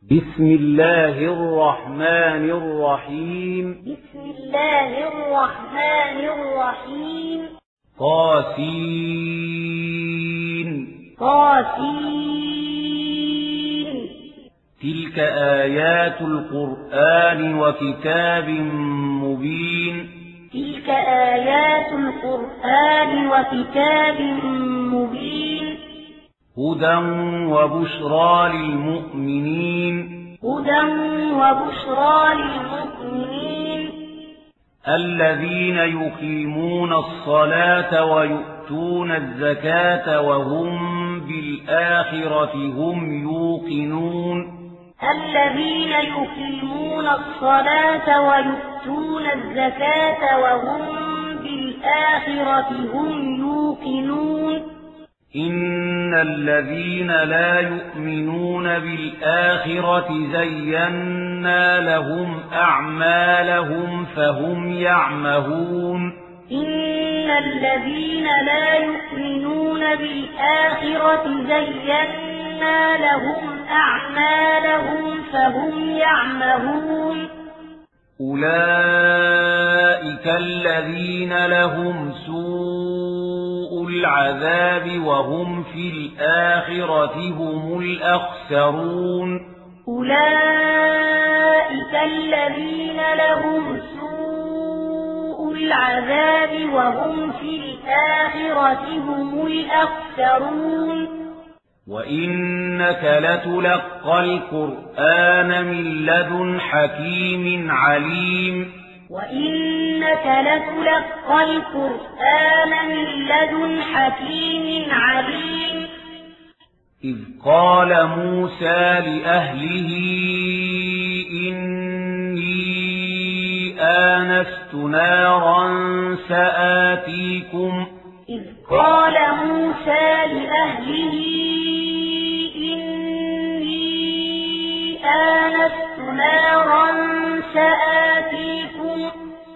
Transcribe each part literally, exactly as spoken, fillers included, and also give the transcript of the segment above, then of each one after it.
بسم الله الرحمن الرحيم بسم الله الرحمن الرحيم طاسين طاسين تلك آيات القرآن وكتاب مبين تلك آيات القرآن وكتاب مبين هدى وبشرى للمؤمنين هدى وبشرى للمؤمنين الذين يقيمون الصلاة ويؤتون الزكاة وهم بالآخرة هم يوقنون الذين يقيمون الصلاة ويؤتون الزكاة وهم بالآخرة هم يوقنون إن الذين لا يؤمنون بالآخرة زينا لهم أعمالهم فهم يعمهون إن الذين لا يؤمنون بالآخرة زينا لهم أعمالهم فهم يعمهون أولئك الذين لهم سوء العذاب وهم في الآخرة هم الأخسرون أولئك الذين لهم سوء العذاب وهم في الآخرة هم الأخسرون وإنك لتلقى القرآن من لدن حكيم عليم وإنك لتلقى القرآن من لدن حكيم عليم إذ قال موسى لأهله إني آنست نارا سآتيكم إذ قال موسى لأهله إني آنست نارا سآتيكم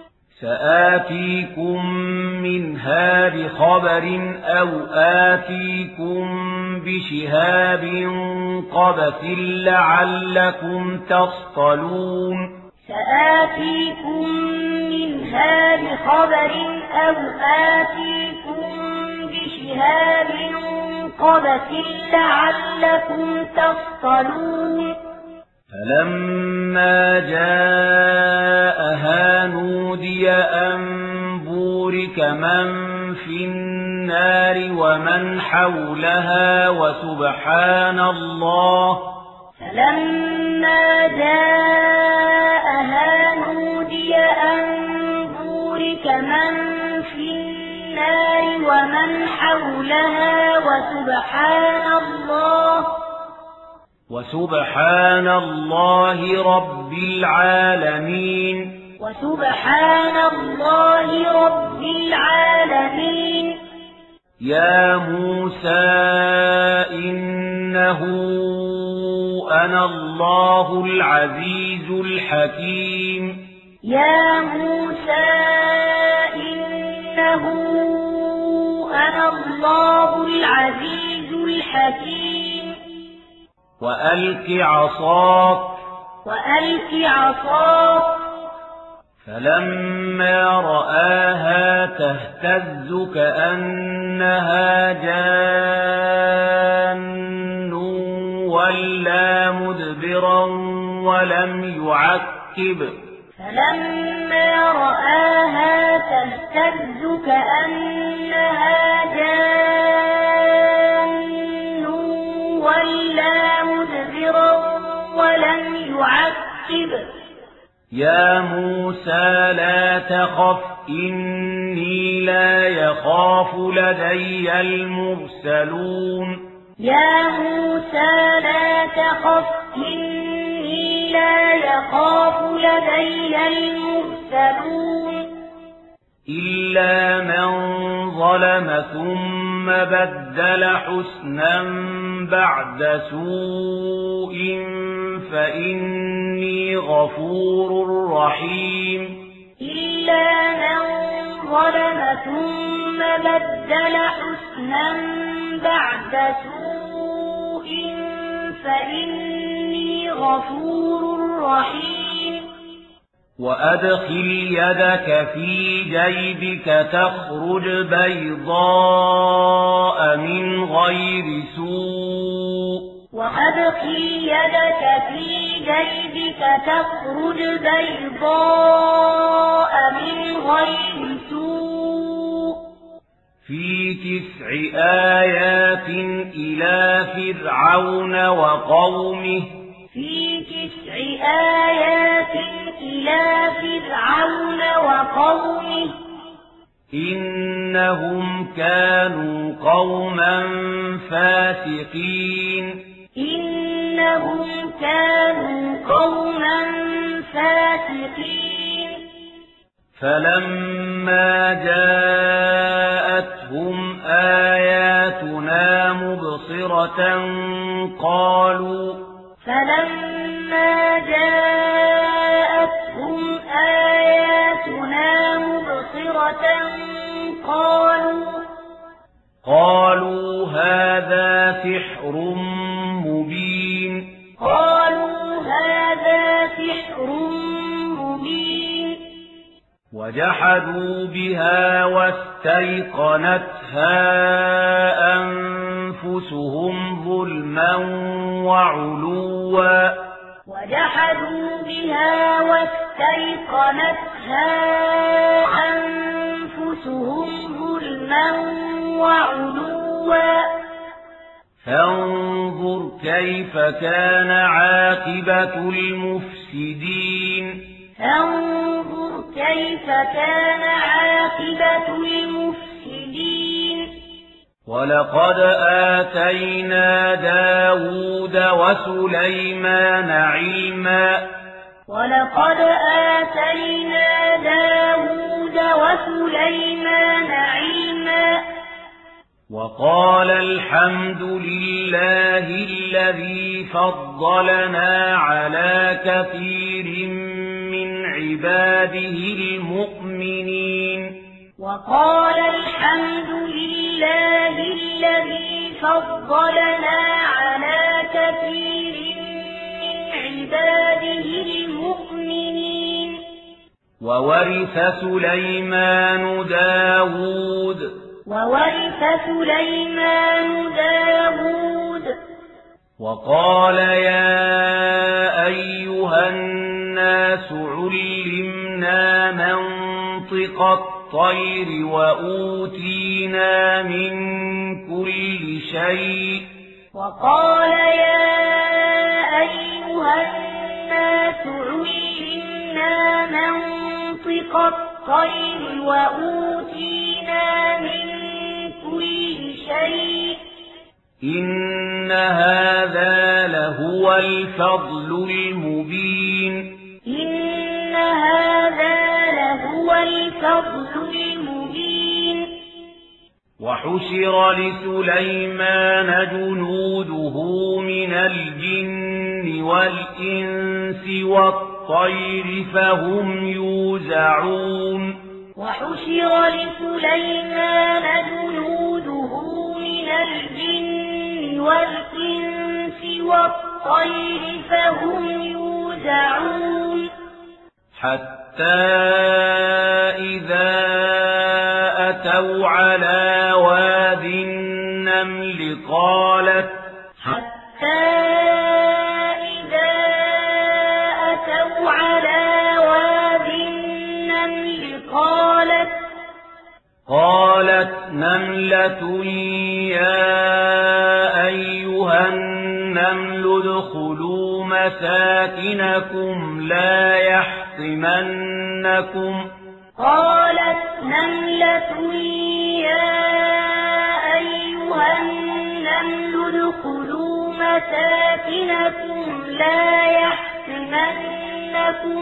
سآتيكم منها بخبر أو آتيكم بشهاب قبس لعلكم تصطلون سآتيكم منها بخبر أو آتيكم بشهاب قبس لعلكم تصطلون فلما جاءها نودي أن بورك من في النار ومن حولها وسبحان الله فلما جاءها نودي أن بورك من في النار ومن حولها وسبحان الله وسبحان الله رب العالمين وسبحان الله رب العالمين يا موسى إنه أنا الله العزيز الحكيم يا موسى إنه أنا الله العزيز الحكيم وألق عصاك وألق عصاك فلما رآها تهتز كأنها جان ولا مدبرا ولم يعقب فلما رآها تهتز كأنها جان ولا مدبرا ولم يعقب يا موسى لا تخف إني لا يخاف لدي المرسلون يا موسى لا تخف إني لا يخاف لدي المرسلون إلا من ظلم ثم بدل حسنا بعد سوء فإني غفور رحيم إلا من ظلم ثم بدل حسنا بعد سوء فإني غفور غفور رحيم وأدخل يدك في جيبك تخرج بيضاء من غير سوء وأدخل يدك في جيبك تخرج بيضاء من غير سوء في تسع آيات إلى فرعون وقومه في تسع آيات إلى فرعون وقومه إنهم كانوا قوما فاسقين إنهم كانوا قوما فاسقين فلما جاءتهم آياتنا مبصرة قالوا فلما جاءتهم آياتنا مبصرة قالوا قالوا هذا سحر مبين قالوا هذا سحر مبين وجحدوا بها واستيقنتها أنفسهم ظلما وعلوا وجحدوا بها واستيقنتها أنفسهم ظلما وعلوا فانظر كيف كان عاقبة المفسدين فانظر كيف كان عاقبة المفسدين ولقد آتينا داود وسليمان علما ولقد آتينا داود وسليمان علما وقال الحمد لله الذي فضلنا على كثير من عباده المؤمنين وقال الحمد لله الذي فضلنا على كثير من عباده المؤمنين وورث سليمان داود وورث سليمان داود وقال يا أيها الناس علمنا منطق الطير وأوتينا من كل شيء وقال يا أيها الناس علمنا منطق الطير وأوتينا من كل شيء إن هذا لهو الفضل المبين إن هذا لهو الفضل المبين وحشر لسليمان جنوده من الجن والإنس والطير فهم يوزعون وحشر لسليمان جنوده من الجن والإنس والطير فهم يوزعون حتى إذا أتوا على واد النمل قالت حتى إذا أتوا على واد النمل قالت قالت نملة يا أيها النمل ادخلوا مساكنكم لا يحطمنكم قالت نملة يا أيها النمل ادخلوا مساكنكم لا يحطمنكم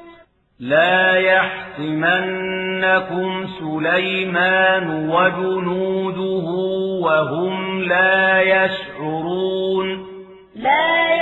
لا يحطمنكم سليمان وجنوده وهم لا يشعرون لا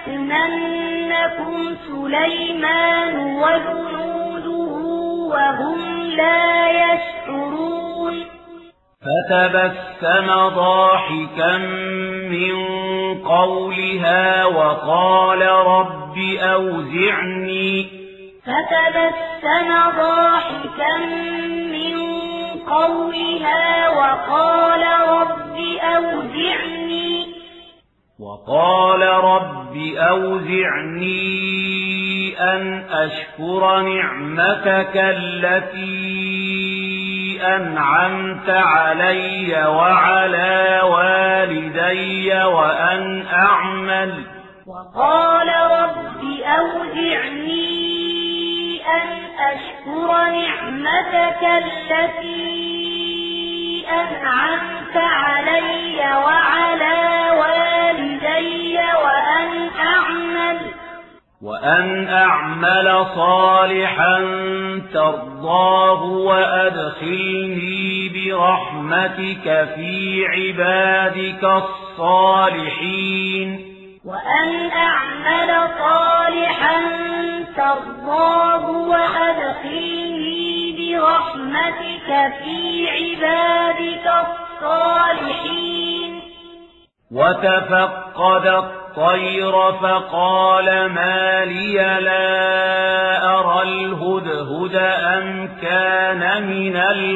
يحطمنكم سليمان وجنوده وهم لا يشعرون فتبسم ضاحكا من قولها وقال رب أوزعني فتبسم ضاحكا من قولها وقال رب أوزعني وقال رب أوزعني أن أشكر نعمتك التي أنعمت علي وعلى والدي وأن أعمل وقال رب أوزعني أن أشكر نعمتك التي أنعمت علي وعلى والدي وأن أعمل وأن أعمل صالحا ترضاه وأدخلني برحمتك في عبادك الصالحين وأن أعمل صالحا ترضاه وأدخلني برحمتك في عبادك الصالحين وتفقد الطير فقال ما لي لا أرى الهدهد أم كان من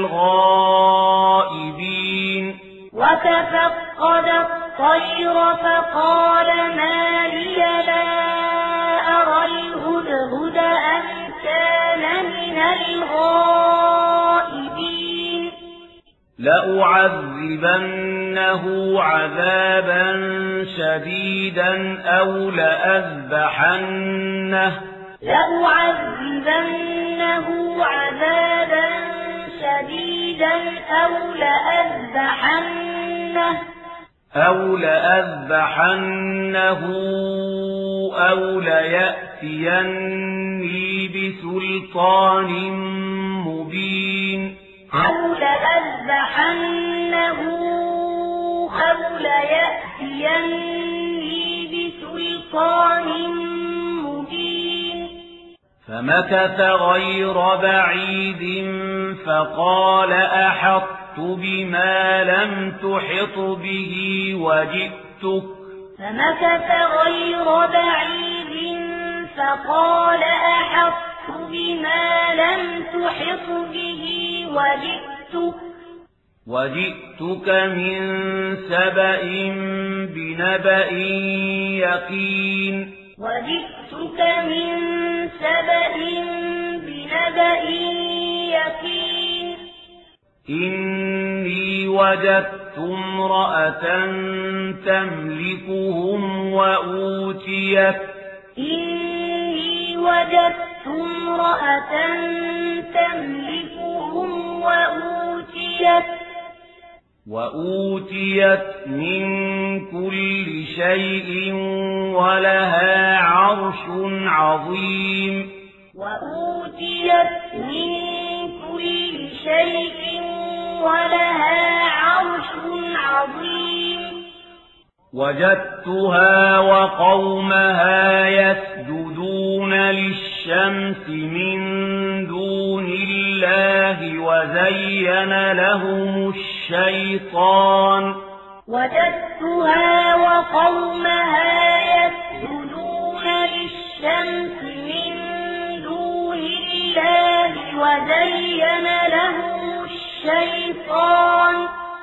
الغائبين وتفقد الطير فقال ما لي لا أرى الهدهد أم كان من الغائبين لأعذبنه عذابا شديدا أو لأذبحنه لأعذبنه عذابا شديدا أو لأذبحنه أو لأذبحنه أو ليأتيني بسلطان مبين أو لأذبحنه أو ليأتيني بسلطان مبين فمكث غير بعيد فقال أحطت بما لم تحط به وجئتك فمكث غير بعيد فقال أحطت بما لم تحط به وجئتك وجئتك من سبأ بنبأ يقين وجئتك من سبأ بنبأ يقين إني وجدت امرأة تملكهم وأوتيت إني وجدت امرأة تملكهم وأوتيت وأوتيت من كل شيء ولها عرش عظيم وأوتيت من كل شيء ولها عرش عظيم وجدتها وقومها يسجدون للشمس من دون الله وزين لهم الشيطان وجدتها وقومها يسجدون للشمس من دون الله وزين لهم الشيطان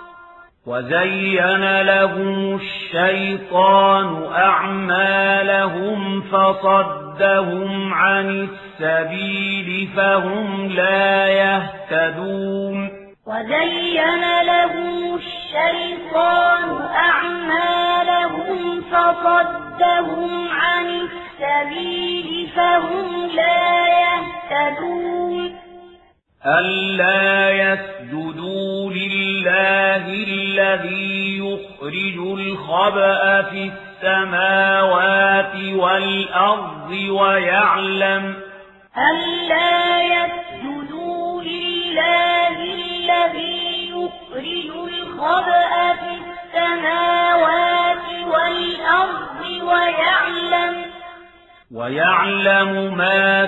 وزين لهم الشيطان أعمالهم فصدهم عن السبيل فهم لا يهتدون وزين لهم الشيطان أعمالهم فصدهم عن السبيل فهم لا يهتدون ألا يسجدوا لله الذي يخرج الخبأ في السماوات والأرض ويعلم ألا يسجدوا لله الذي يخرج الخبأ في السماوات والأرض ويعلم ويعلم ما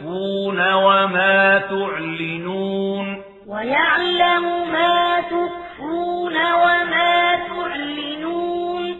تخفون وما تعلنون ويعلم ما تخفون وما تعلنون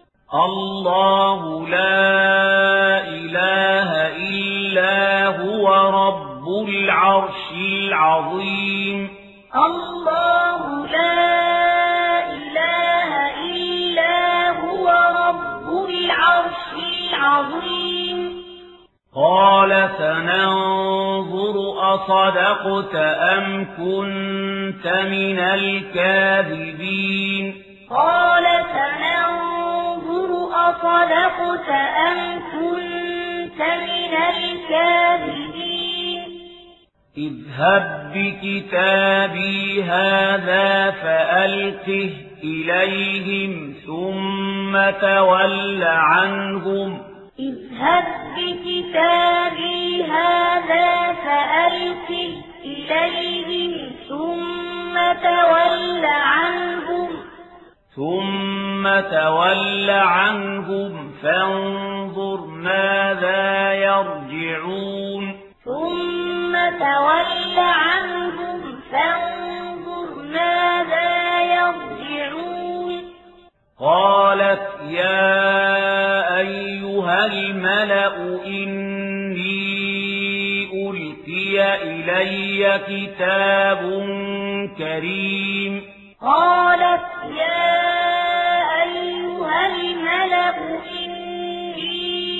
الله لا إله إلا هو رب العرش العظيم الله لا إله إلا هو رب العرش العظيم قال سننظر أصدقت أم كنت من الكاذبين قال سننظر أصدقت أم كنت من الكاذبين اذهب بكتابي هذا فألقه إليهم ثم تول عنهم اذهب بكتابي هذا فألقه إليهم ثم تول عنهم ثم تول عنهم فانظر ماذا يرجعون ثم تول عنهم فانظر ماذا يرجعون قالت يا أيها الملأ إني ألقي إلي كتاب كريم قالت يا أيها الملأ إني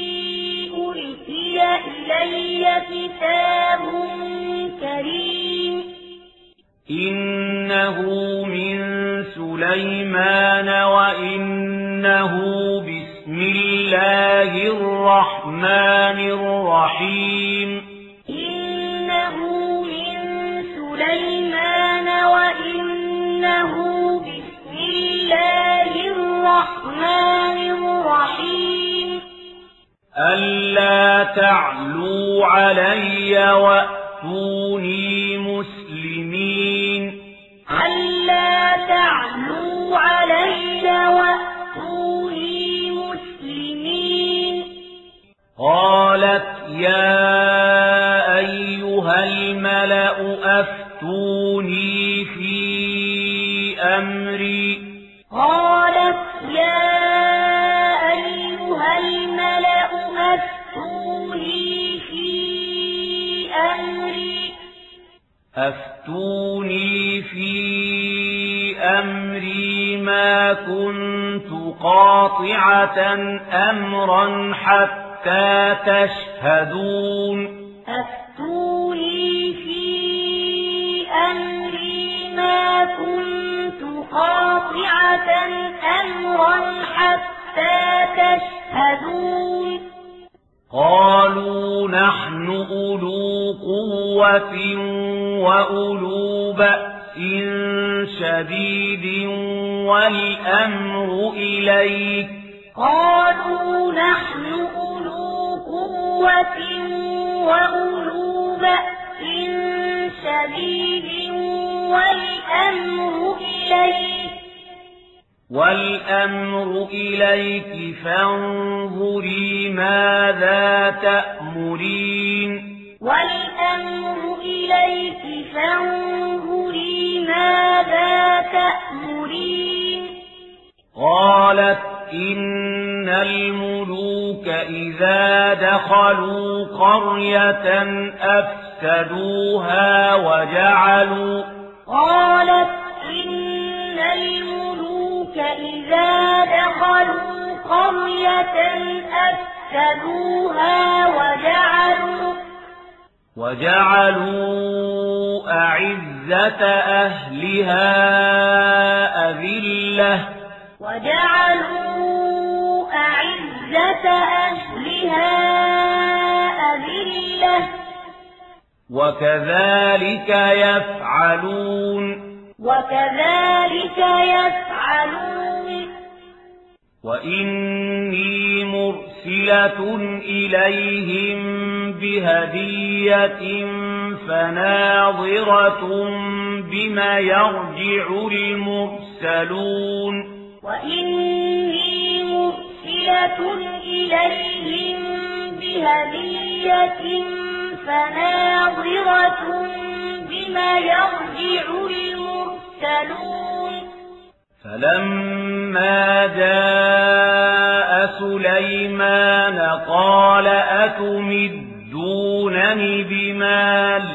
ألقي إلي كتاب كريم إنه من سليمان وإنه بسم الله الرحمن الرحيم إنه من سليمان وإنه بسم الله الرحمن الرحيم ألا تعلوا علي وأتوني مسلمين ألا تعلوا علي وأتوني مسلمين قالت يا أيها الملأ أفتوني في أمري قالت يا أيها الملأ أفتوني في أمري أفتوني في أمري ما كنت قاطعة أمرا حتى تشهدون أفتوني في أمري ما كنت قاطعة أمرا حتى تشهدون قالوا نحن أولو قوة وأولو بأس شديد والأمر إليك قالوا نحن أولو قوة وأولو بأس شديد والأمر إليك والأمر إليك فانظري ماذا تأمرين والأمر إليك فانظري ماذا تأمرين قالت إن الملوك إذا دخلوا قرية أفسدوها وجعلوا قالت إن الملوك إذا دخلوا قرية أفسدوها وجعلوا وجعلوا أعزة أهلها أذلة وجعلوا أعزة أهلها أذلة وكذلك يفعلون وكذلك يفعلون وإني مرسلة إليهم بهدية فناظرة بما يرجع المرسلون وإني مرسلة إليهم بهدية فناظرة بما يرجع المرسلون فلما جاء سليمان قال أتمدونني بمال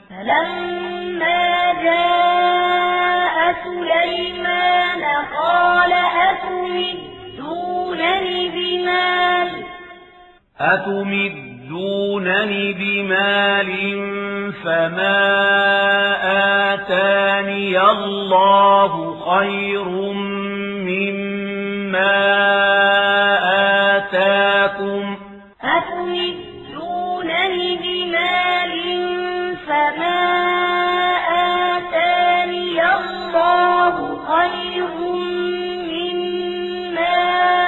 فلما جاء سليمان قال أتمدونني بمال أتمدونني بمال فما آتاني الله خير مما آتاكم أتمدونني بمال فما آتاني الله خير مما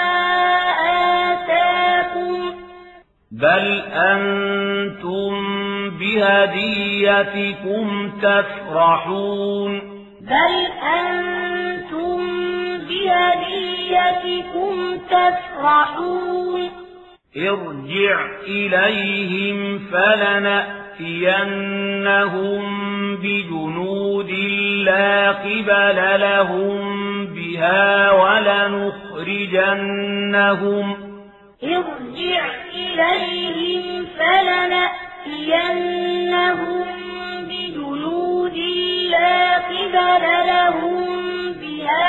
آتاكم بل أنتم بهديتكم تفرحون بل أنتم بهديتكم تفرحون ارجع إليهم فلنأتينهم بجنود لا قبل لهم بها ولنخرجنهم ارجع إليهم فلنأتينهم بجنود لا قبل لهم بها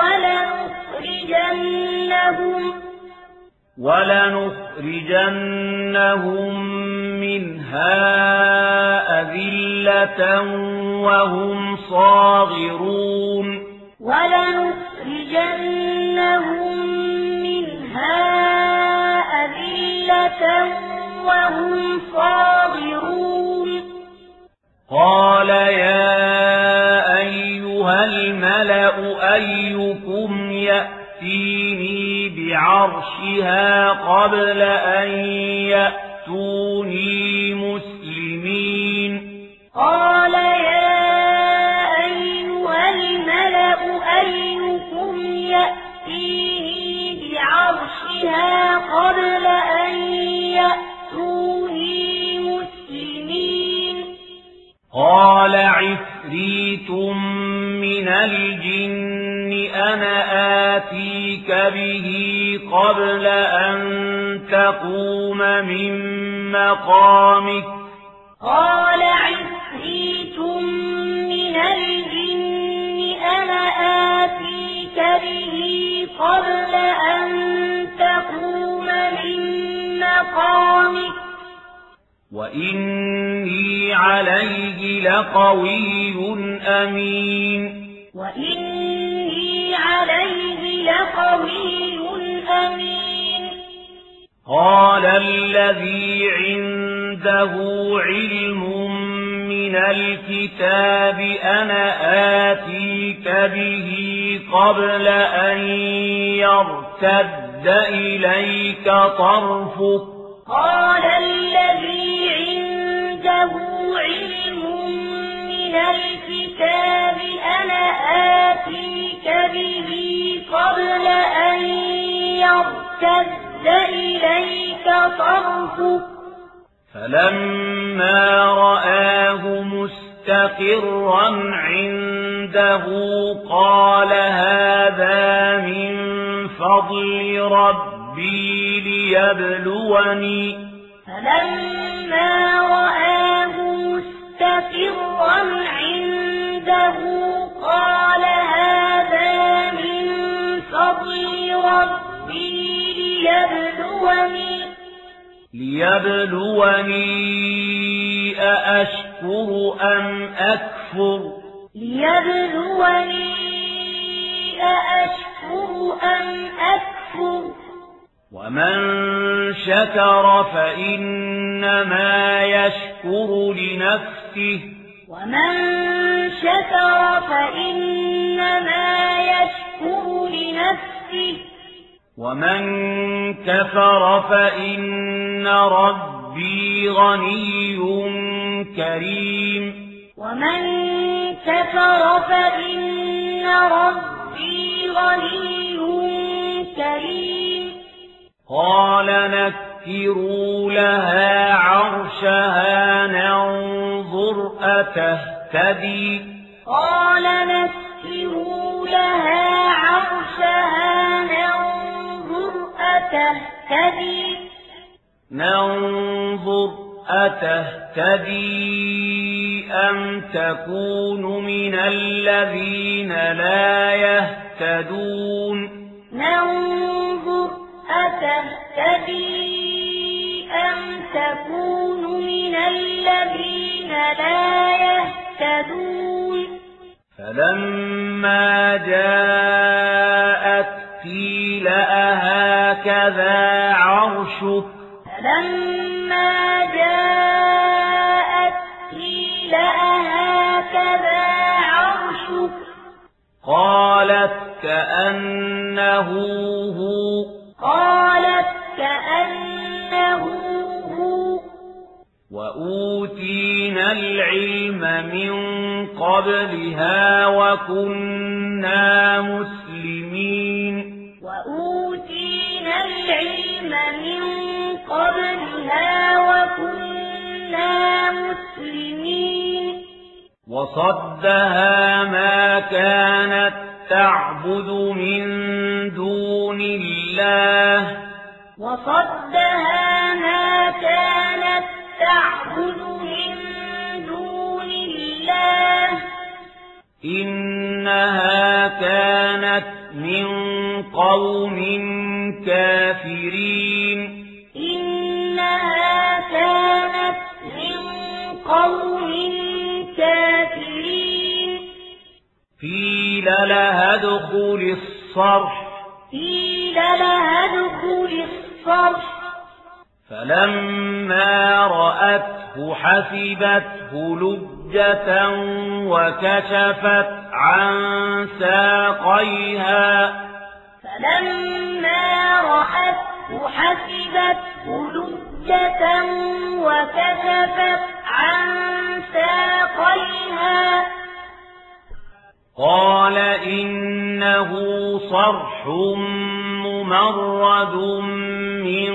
ولنخرجنهم ولنخرجنهم منها أذلة وهم صاغرون ولنخرجنهم منها أذلة وهم صاغرون قال يا أيها الملأ أيكم يأتيني بعرشها قبل أن يأتوني مسلمين قال يا أيها الملأ أيكم يأتيني بعرشها قبل أن يأتوني مسلمين قال عفريت من الجن أنا آتيك به قبل أن تقوم من مقامك قال عفريت من الجن أنا آتيك به قبل أن تقوم من مقامك وإني عليه لقوي أمين وإني عليه لقوي أمين قال الذي عنده علم من الكتاب أنا آتيك به قبل أن يرتد إليك طرفك قال الذي عنده علم من الكتاب أنا آتيك به قبل أن يرتد إليك طرفك فلما رآه مستقرا عنده قال هذا من فضل ربي ليبلوني فلما رآه مستقرا عنده قال هذا من فضل ربي ليبلوني ليبلوني أأشكر أم أكفر ليبلوني أأشكر أم أكفر ومن شكر فإنما يشكر لنفسه ومن شكر فإنما يشكر لنفسه ومن كفر فإن ربي غني كريم ومن كفر فإن ربي غني كريم قال نكروا لها عرشها ننظر أتهتدي قال نكروا لها عرشها تهتدي ننظر أتهتدي أم تكون من الذين لا يهتدون ننظر أتهتدي أم تكون من الذين لا يهتدون فلما جاءت قيل أهكذا عرشك فلما جاءت قيل أهكذا عرشك قالت كأنه هو قالت كأنه هو وأوتينا العلم من قبلها وكنا مسلمين وأوتينا العلم من قبلها وكنا مسلمين وصدها ما كانت تعبد من دون الله وصدها ما كانت تعبد من دون الله إنها كانت من قوم كافرين إنها كانت من قوم كافرين قيل لها ادخل الصرح قيل لها ادخل الصرح فلما رأته حسبته لجة وكشفت عن ساقيها فلما رأته حسبته لجة وكشفت عن ساقيها قال إنه صرح ممرد من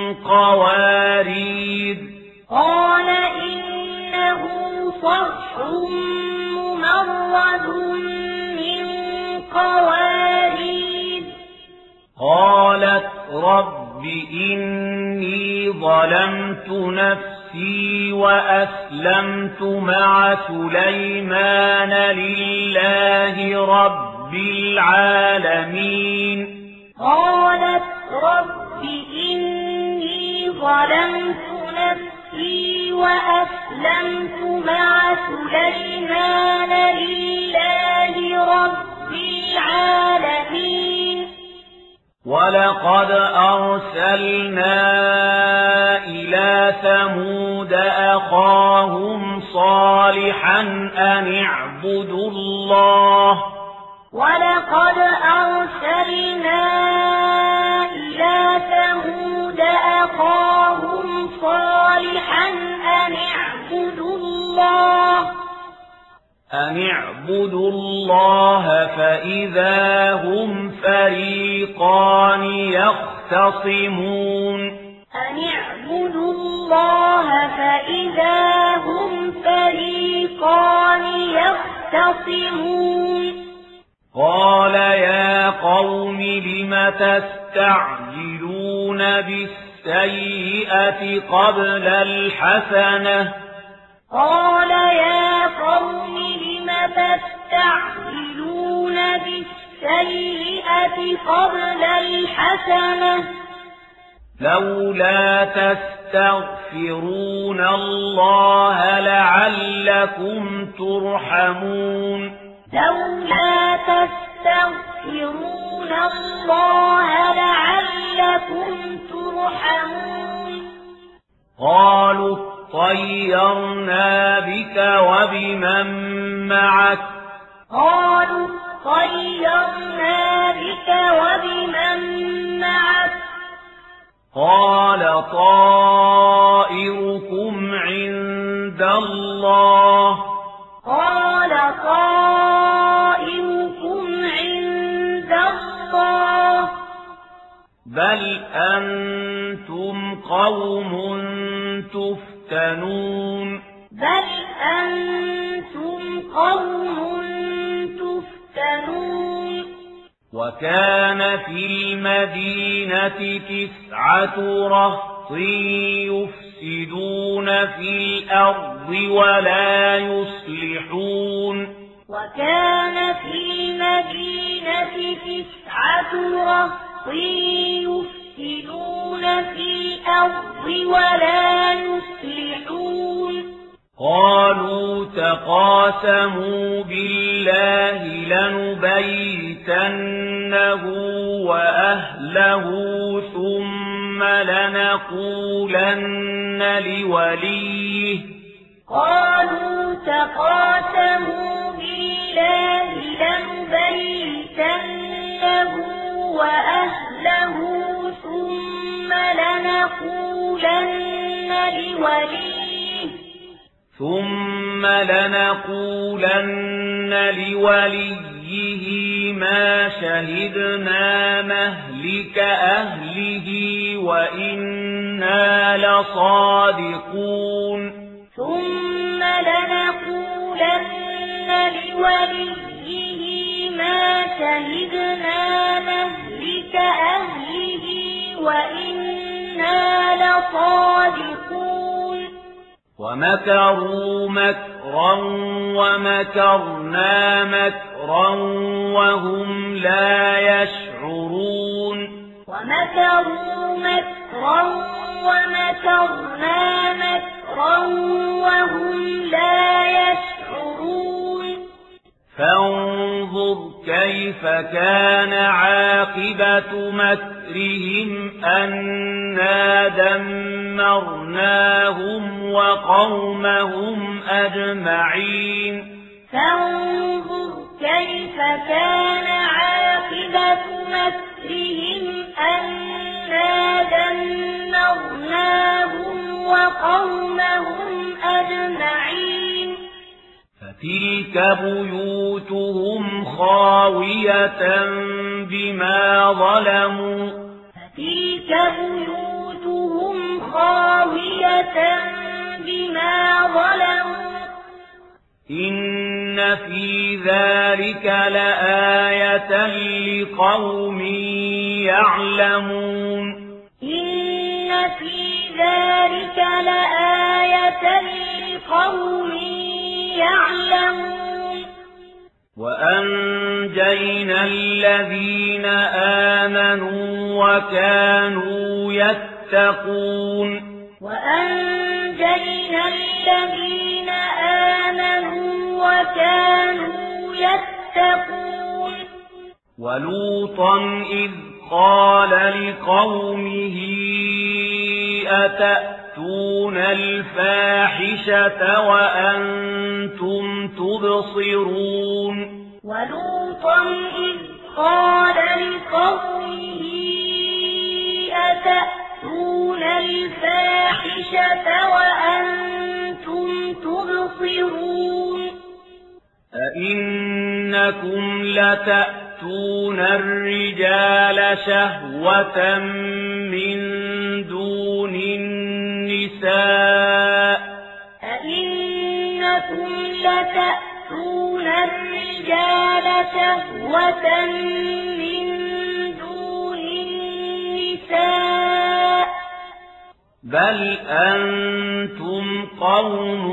قوارير قال إنه صرح ممرد من قوارير قالت رب إني ظلمت نفسي وأسلمت مع سليمان لله رب العالمين قالت رب إني ظلمت نفسي وأسلمت مع سليمان لله رب العالمين ولقد أرسلنا إلى ثمود أخاهم صالحا أن اعبدوا الله ولقد أرسلنا إلى ثمود أخاهم صالحا أن اعبدوا الله أن اعبدوا الله فإذا هم فريقان يختصمون أن اعبدوا الله فإذا هم فريقان يختصمون قال يا قوم لم تستعجلون بالسيئة قبل الحسنة قال يا قوم لم تستعجلون بالسيئة قبل الحسنة لولا تستغفرون الله لعلكم ترحمون لولا تستغفرون الله لعلكم ترحمون قالوا طيرنا بك وبمن معك قالوا طيرنا بك وبمن معك قال طائركم عند الله قال طائركم عند الله بل أنتم قوم تفتنون بل أنتم قوم تفتنون وكان في المدينة تسعة رهط يفسدون في الأرض ولا يصلحون وكان في المدينة تسعة رهط يفسدون في الأرض ولا يصلحون قالوا تقاسموا بالله لنبيتنه وأهله ثم لنقولن لوليه قالوا تقاسموا بالله لنبيتنه وأهله ثم لنقولن لوليه ثم لنقولن لوليه ما شهدنا مهلك أهله وإنا لصادقون ثم لنقولن لوليه ما شهدنا مهلك أهله وإنا لصادقون ومكروا مكرا ومكرنا مكرا وهم لا يشعرون ومكروا مكرا ومكرنا مكرا وهم لا يشعرون فانظر كيف كان عاقبة مكرهم أنا دمرناهم وقومهم أجمعين فانظر كيف كان عاقبة مكرهم أنا دمرناهم وقومهم أجمعين فتلك بيوتهم خاوية بما ظلموا فتلك بيوتهم خاوية بما ظلموا إن في ذلك لآية لقوم يعلمون إن في ذلك لآية لقوم يعلمون وأنجينا الذين آمنوا وكانوا يتقون وأنجينا الذين آمنوا وكانوا يتقون ولوطا إذ قال لقومه أتأتون الفاحشة وأنتم تبصرون ولوطا إذ قال لقومه أتأتون الفاحشة وأنتم تبصرون أئنكم لتأتون الرجال شهوة من دون النساء أئنكم لتأتون الرجال شهوة من دون النساء بل أنتم قوم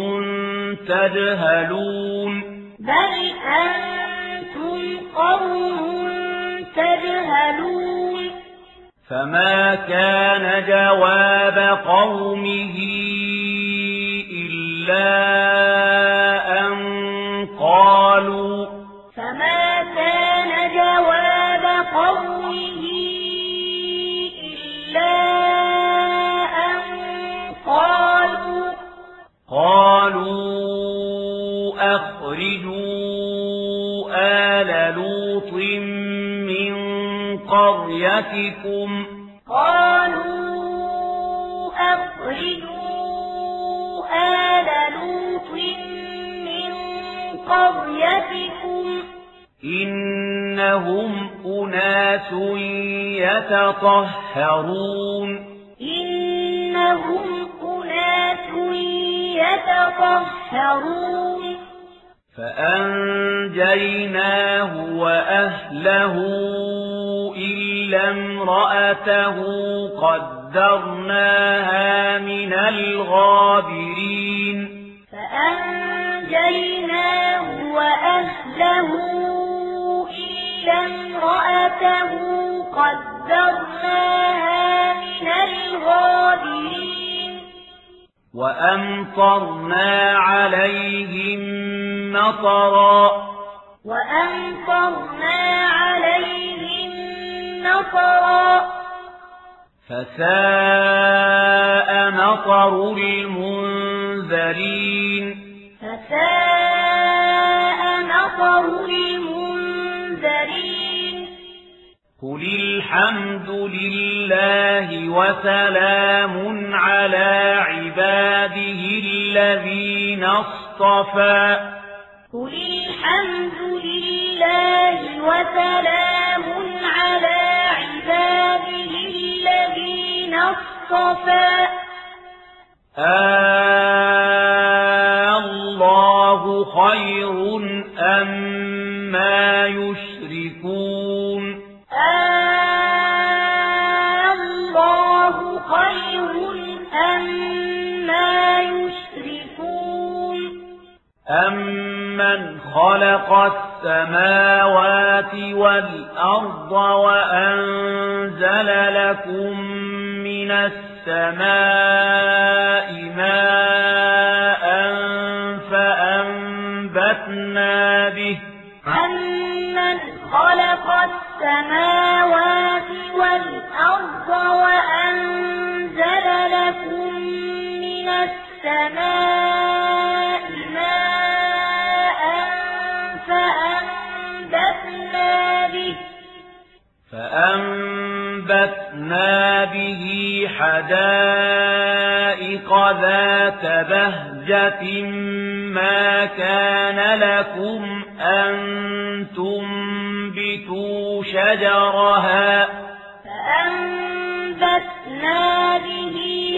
تجهلون بل أنتم قوم تجهلون فما كان جواب قومه إلا أن قالوا فما كان جواب قومه إلا أن قالوا قالوا أخرجوا آل لوط من قريتكم قالوا أخرجوا آل لوط من قريتكم إنهم أناس يتطهرون إنهم أناس يتطهرون. فأنجيناه وأهله إلا امرأته قدرناها من الغابرين فأنجيناه وأهله إلا امرأته قدرناها من الغابرين وأمطرنا عليهم مطرا وأمطرنا عليهم مطرا فساء مطر المنذرين فساء مطر المنذرين قل الحمد لله وسلام على عباده الذين اصطفى قل الحمد لله وسلام على عباده الذين اصطفى الله خير أما يشركون الله خير أما يشركون أمن خلق السماوات والأرض وأنزل لكم من السماء ماء فأنبتنا به أمن خلق السماوات والأرض وأنزل لكم من السماء ماء فأنبتنا به فأنبتنا به حدائق ذات بهجة ما كان لكم أن تنبتوا شجرها فأنبتنا به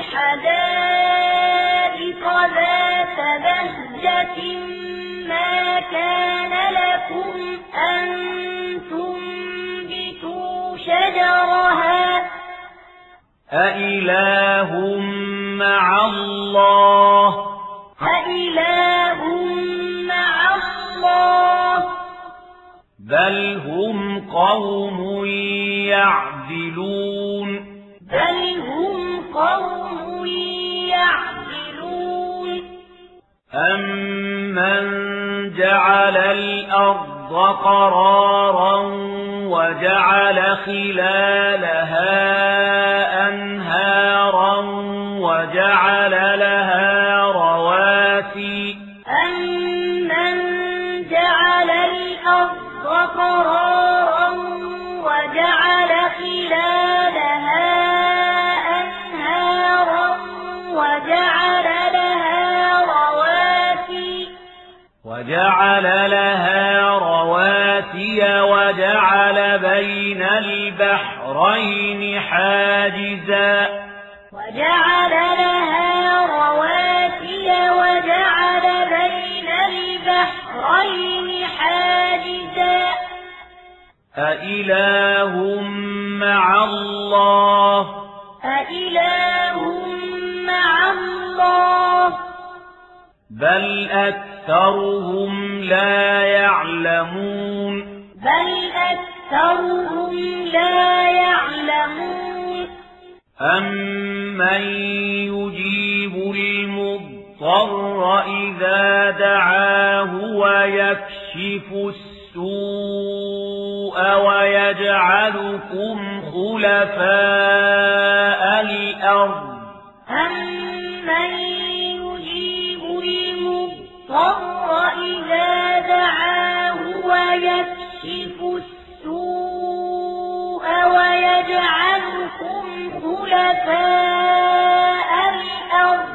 حدائق ذات بهجة ما كان لكم أن تنبتوا شجرها أإله مع الله أإله مع الله بل هم قوم يعدلون بل هم قوم يعدلون أمن جعل الأرض قرارا وجعل خلالها أنهارا وجعل لها رواسي أمن جعل الأرض قرارا وجعل خلالها أنهارا وجعل لها رواسي وجعل لها رواسي وجعل بين البحرين حاجزا وجعل لها رواسي وجعل بين البحرين حاجزا أإله مع الله أإله مع الله بل أكثرهم لا يعلمون بل أكثرهم لا يعلمون أمن يجيب المضطر إذا دعاه ويكشف السوء ويجعلكم خلفاء الأرض أمن يجيب المضطر إذا دعاه ويكشف السوء ويجعلكم خلفاء الأرض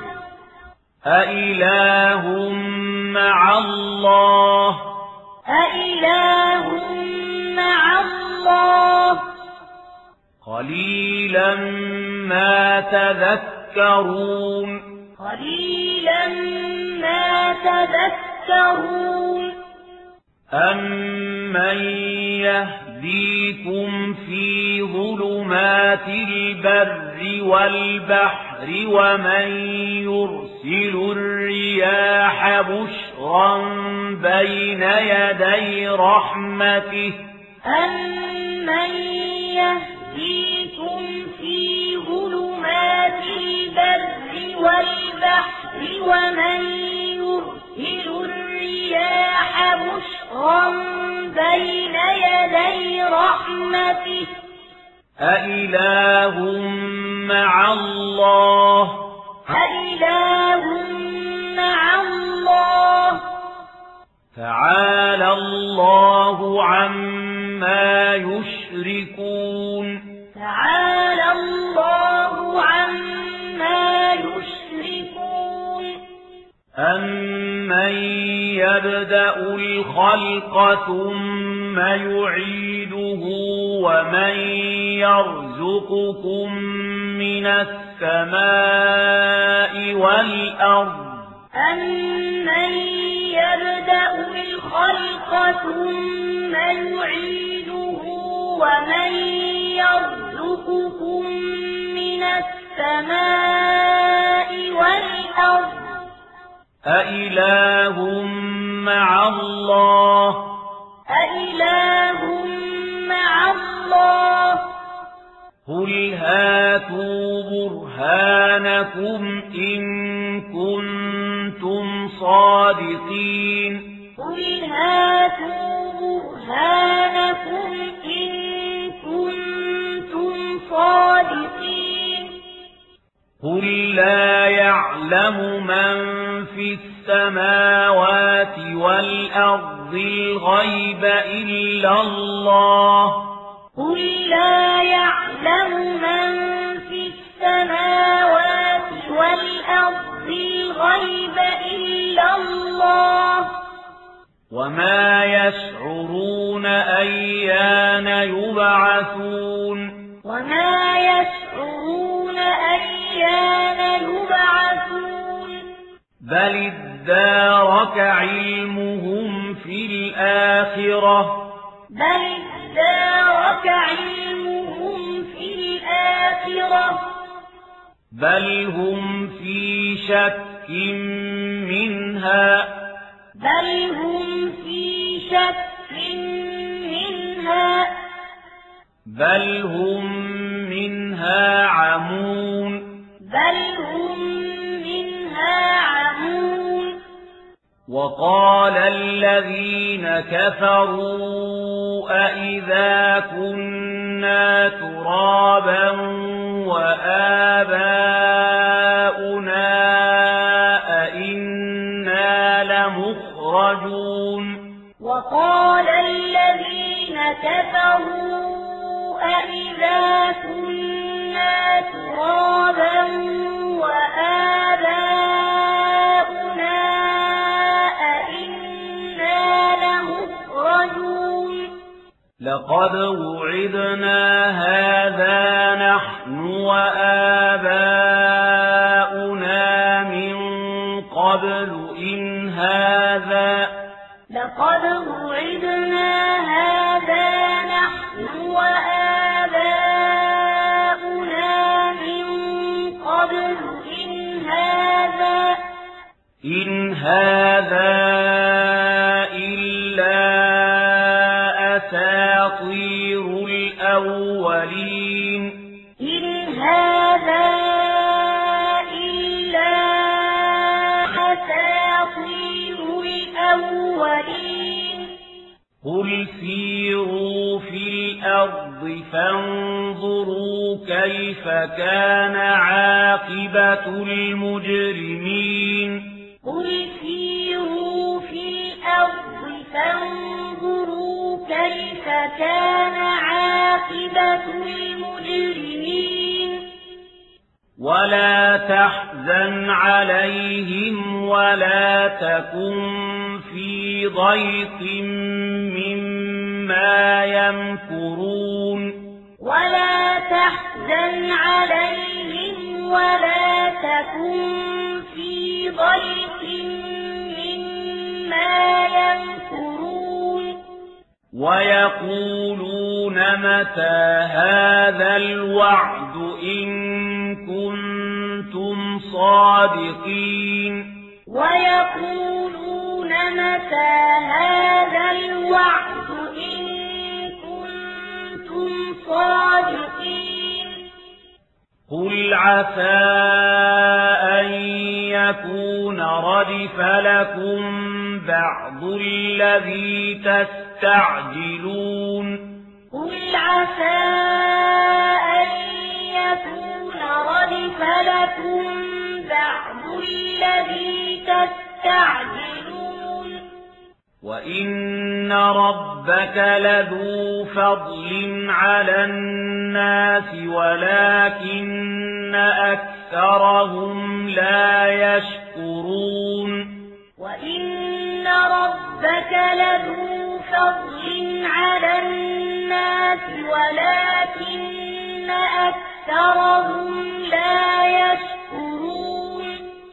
أإله مع الله أإله مع الله قليلا ما تذكرون قليلا ما تذكرون أمن يهدي يهديكم في ظلمات البر والبحر ومن يرسل الرياح بشرا بين يدي رحمته أمن يهديكم في ظلمات البر والبحر ومن يرسل الرياح بشرا بين يدي رحمته أإله مع الله أإله مع الله تعالى الله عما يشركون تعالى الله عما يشركون أمن يبدأ الخلق ثم يعيده ومن يرزقكم من السماء والأرض أمن يبدأ الخلق ثم يعيده ومن يرزقكم من السماء والأرض أإله مع الله أإله مع الله قل هاتوا برهانكم إن كنتم صادقين قل هاتوا برهانكم إن كنتم صادقين قل لا يعلم من في السماوات والأرض الغيب إلا الله قل لا يعلم من في السماوات والأرض الغيب إلا الله وما يشعرون أيان يبعثون وما يشعرون أيان يبعثون بل ادارك علمهم في الآخرة بل ادارك علمهم في الآخرة بل هم في شك منها بل هم في شك منها بل هم منها عمون بل هم منها عمون وقال الذين كفروا أئذا كنا ترابا وآباؤنا أئنا لمخرجون وقال الذين كفروا أئذا كنا ترابا وآباؤنا أئنا لمخرجون لقد وعدنا هذا نحن وآباؤنا من قبل إن هذا لقد وعدنا هذا نحن وآباؤنا من قبل إن هذا إن هذا إلا أساطير الأولين إن هذا إلا أساطير الأولين قل سيروا في الأرض فانظروا كيف كان عاقبة المجرمين قل سيروا في الأرض فانظروا كيف كان عاقبة المجرمين ولا تحزن عليهم ولا تكن في ضيق مما يمكرون ولا تحزن عليهم ولا تكن في ضيق مما يمكرون ويقولون متى هذا الوعد إن كنتم صادقين ويقولون متى هذا الوعد إن كنتم صادقين قل عسى أن يكون ردف لكم بعض الذي تستعجلون قل عسى أن يكون ردف لكم بعض الذي تستعجلون وإن ربك لذو فضل على الناس ولكن أكثرهم لا يشكرون وإن ربك لذو فضل على الناس ولكن أكثرهم لا يشكرون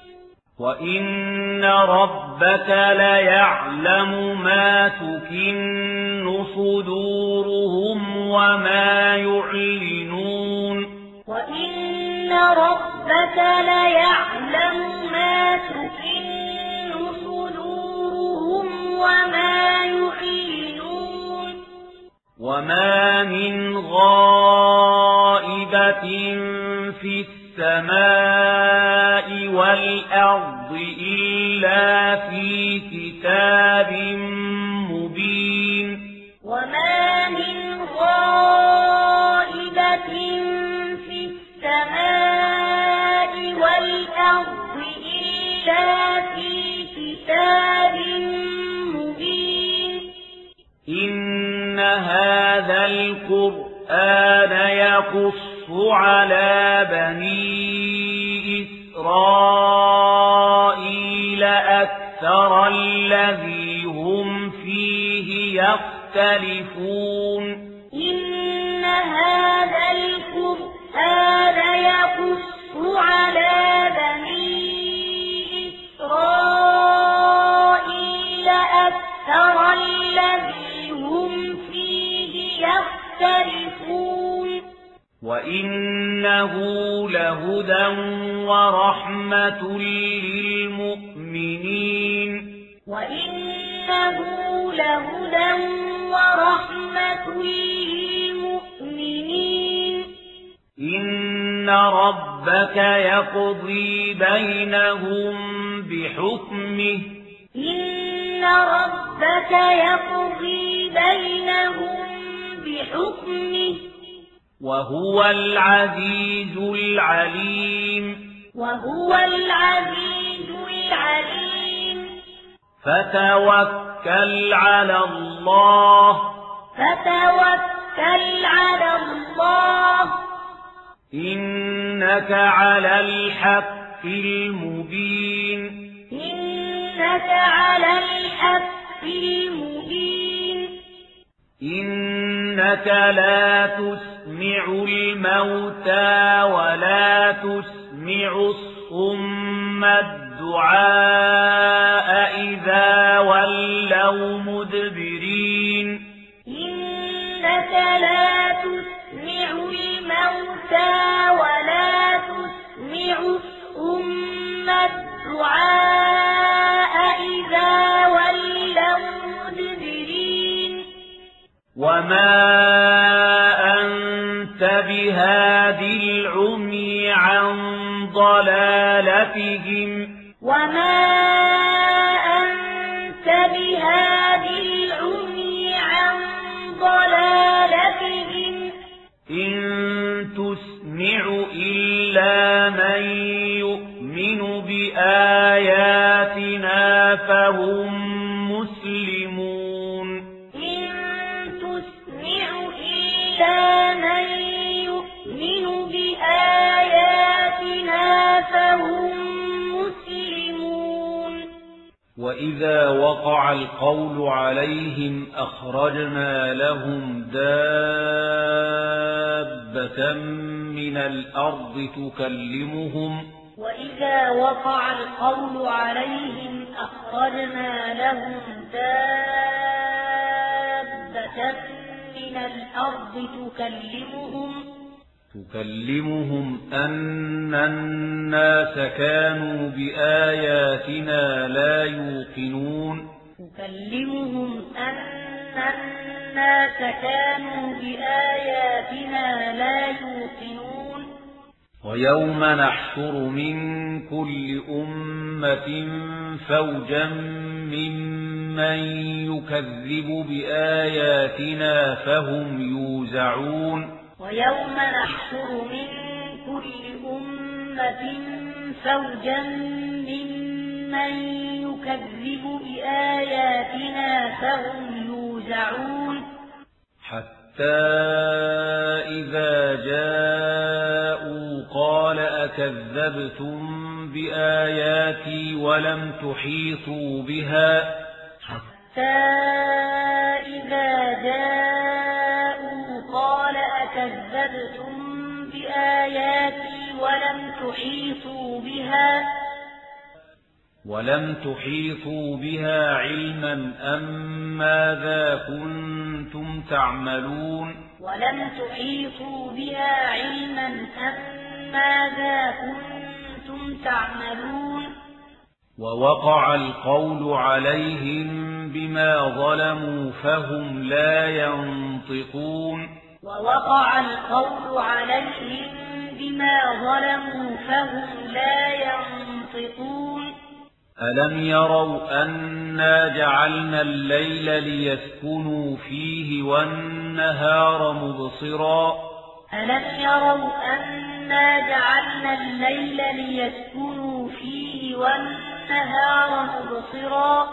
وإن ربك ليعلم ما تكن صدورهم وما يعلنون وإن ربك ليعلم ما تكن صدورهم وما يعلنون وما من غائبة في السماء والأرض إلا في كتاب مبين وما من غائبة في السماء والأرض إلا في كتاب مبين إن هذا القرآن يقص على بني إسرائيل أكثر الذي هم فيه يختلفون إن هذا القرآن يقص على بني إسرائيل أكثر الذي هم فيه يختلفون وإنه لهدى ورحمة للمؤمنين وإنه لهدى ورحمة للمؤمنين إن ربك يقضي بينهم بحكمه إن ربك يقضي بينهم بحكمه وهو العزيز العليم وهو العزيز العليم فتوكل على الله فتوكل على الله إنك على الحق المبين إنك على الحق المبين إنك لا تسمع الموتى ولا تسمع الصم الدعاء إذا ولوا مدبرين إنك لا تسمع الموتى ولا تسمع الصم الدعاء إذا ولوا مدبرين وما أنت بهادي العمي عن ضلالتهم وما أنت بهادي العمي عن ضلالتهم إن تسمع إلا من يؤمن بآياتنا فهم مسلمون إن تسمع إلا من يؤمن بآياتنا فهم مسلمون وإذا وقع القول عليهم أخرجنا لهم دابة من الأرض تكلمهم وإذا وقع القول عليهم أخرجنا لهم دابة من من الأرض تكلمهم تكلمهم أن الناس كانوا بآياتنا لا يوقنون تكلمهم أن الناس كانوا بآياتنا لا يوقنون ويوم نحشر من كل أمة فوجا ممن يكذب بآياتنا فهم يوزعون ويوم نحشر من كل أمة فوجا ممن يكذب بآياتنا فهم يوزعون حتى إذا جاءوا قال أكذبتم بآياتي ولم تحيطوا بها حتى إذا جاءوا قال أكذبتم بآياتي ولم تحيطوا بها ولم تحيطوا بها علما أم ماذا كنتم تعملون ولم تحيطوا بها علما أم ماذا كنتم تعملون ووقع القول عليهم بما ظلموا فهم لا ينطقون ووقع القول عليهم بما ظلموا فهم لا ينطقون ألم يروا أنا جعلنا الليل ليسكنوا فيه والنهار مبصرا ألم يروا أنا جعلنا الليل ليسكنوا فيه والنهار مبصرا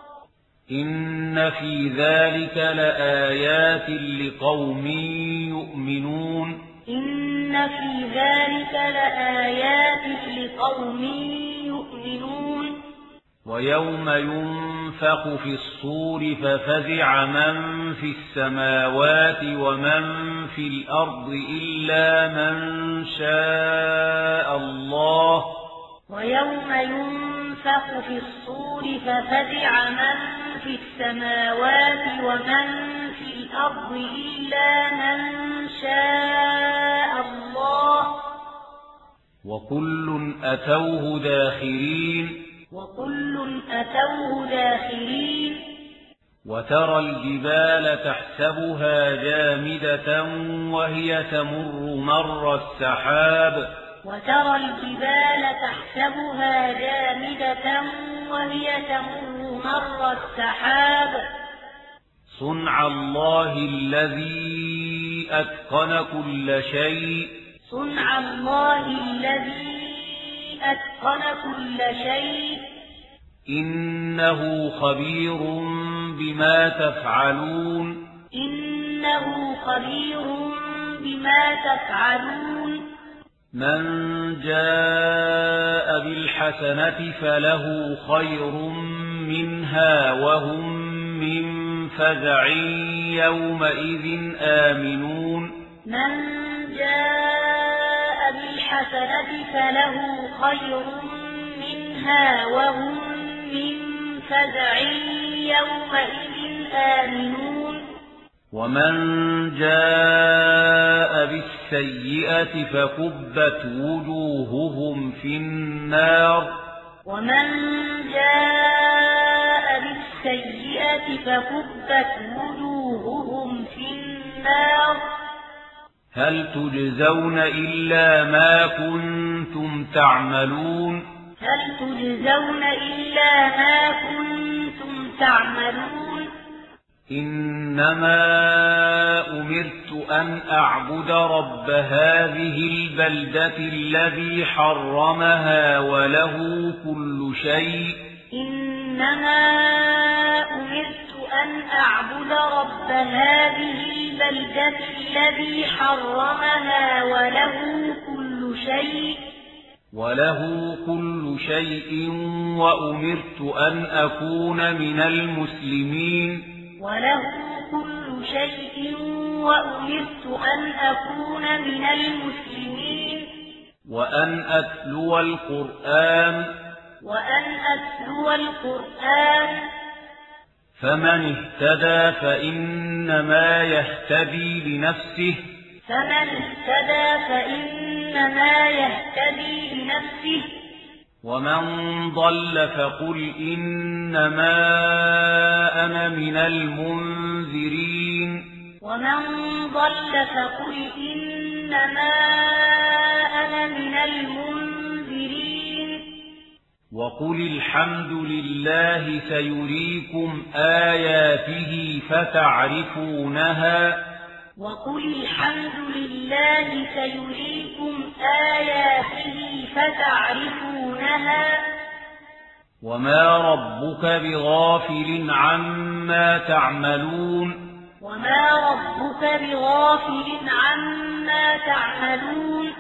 إن في ذلك لآيات لقوم يؤمنون إن في ذلك لآيات لقوم يؤمنون ويوم ينفخ في الصور ففزع من في السماوات ومن في الأرض إلا من شاء الله ويوم ينفخ في الصور ففزع من في السماوات ومن في الأرض إلا من شاء الله وكل أتوه داخرين وكل أتوه داخرين وترى الجبال تحسبها جامدة وهي تمر مر السحاب وترى الجبال تحسبها جامدة وهي تمر مر السحاب صنع الله الذي أتقن كل شيء صنع الله الذي أتقن كل شيء إنه خبير بما تفعلون إنه خبير بما تفعلون من جاء بالحسنة فله خير منها وهم من فزع يومئذ آمنون من جاء بالحسنة فله خير منها وهم من فزع يومئذ آمنون ومن جاء بالسيئة فكبت وجوههم في النار ومن جاء بالسيئة فكبت وجوههم في النار هل تجزون إلا ما كنتم تعملون هل تجزون إلا ما كنتم تعملون إنما أمرت أن أعبد رب هذه البلدة الذي حرمها وله كل شيء إنما أمرت أن أعبد رب هذه البلدة الذي حرمها وله كل شيء وله كل شيء وأمرت أن أكون من المسلمين وله كل شيء وأمرت أن أكون من المسلمين وأن أتلو القرآن وأن أتلو القرآن فمن اهتدى فإنما يهتدي لنفسه فمن اهتدى فإنما يهتدي لنفسه ومن ضل فقل إنما أنا من المنذرين ومن ضل فقل إنما أنا من المنذرين وقل الحمد لله سيريكم آياته فتعرفونها وقل الحمد لله سيريكم آياته فتعرفونها وما ربك بغافل عما تعملون وما ربك بغافل عما تعملون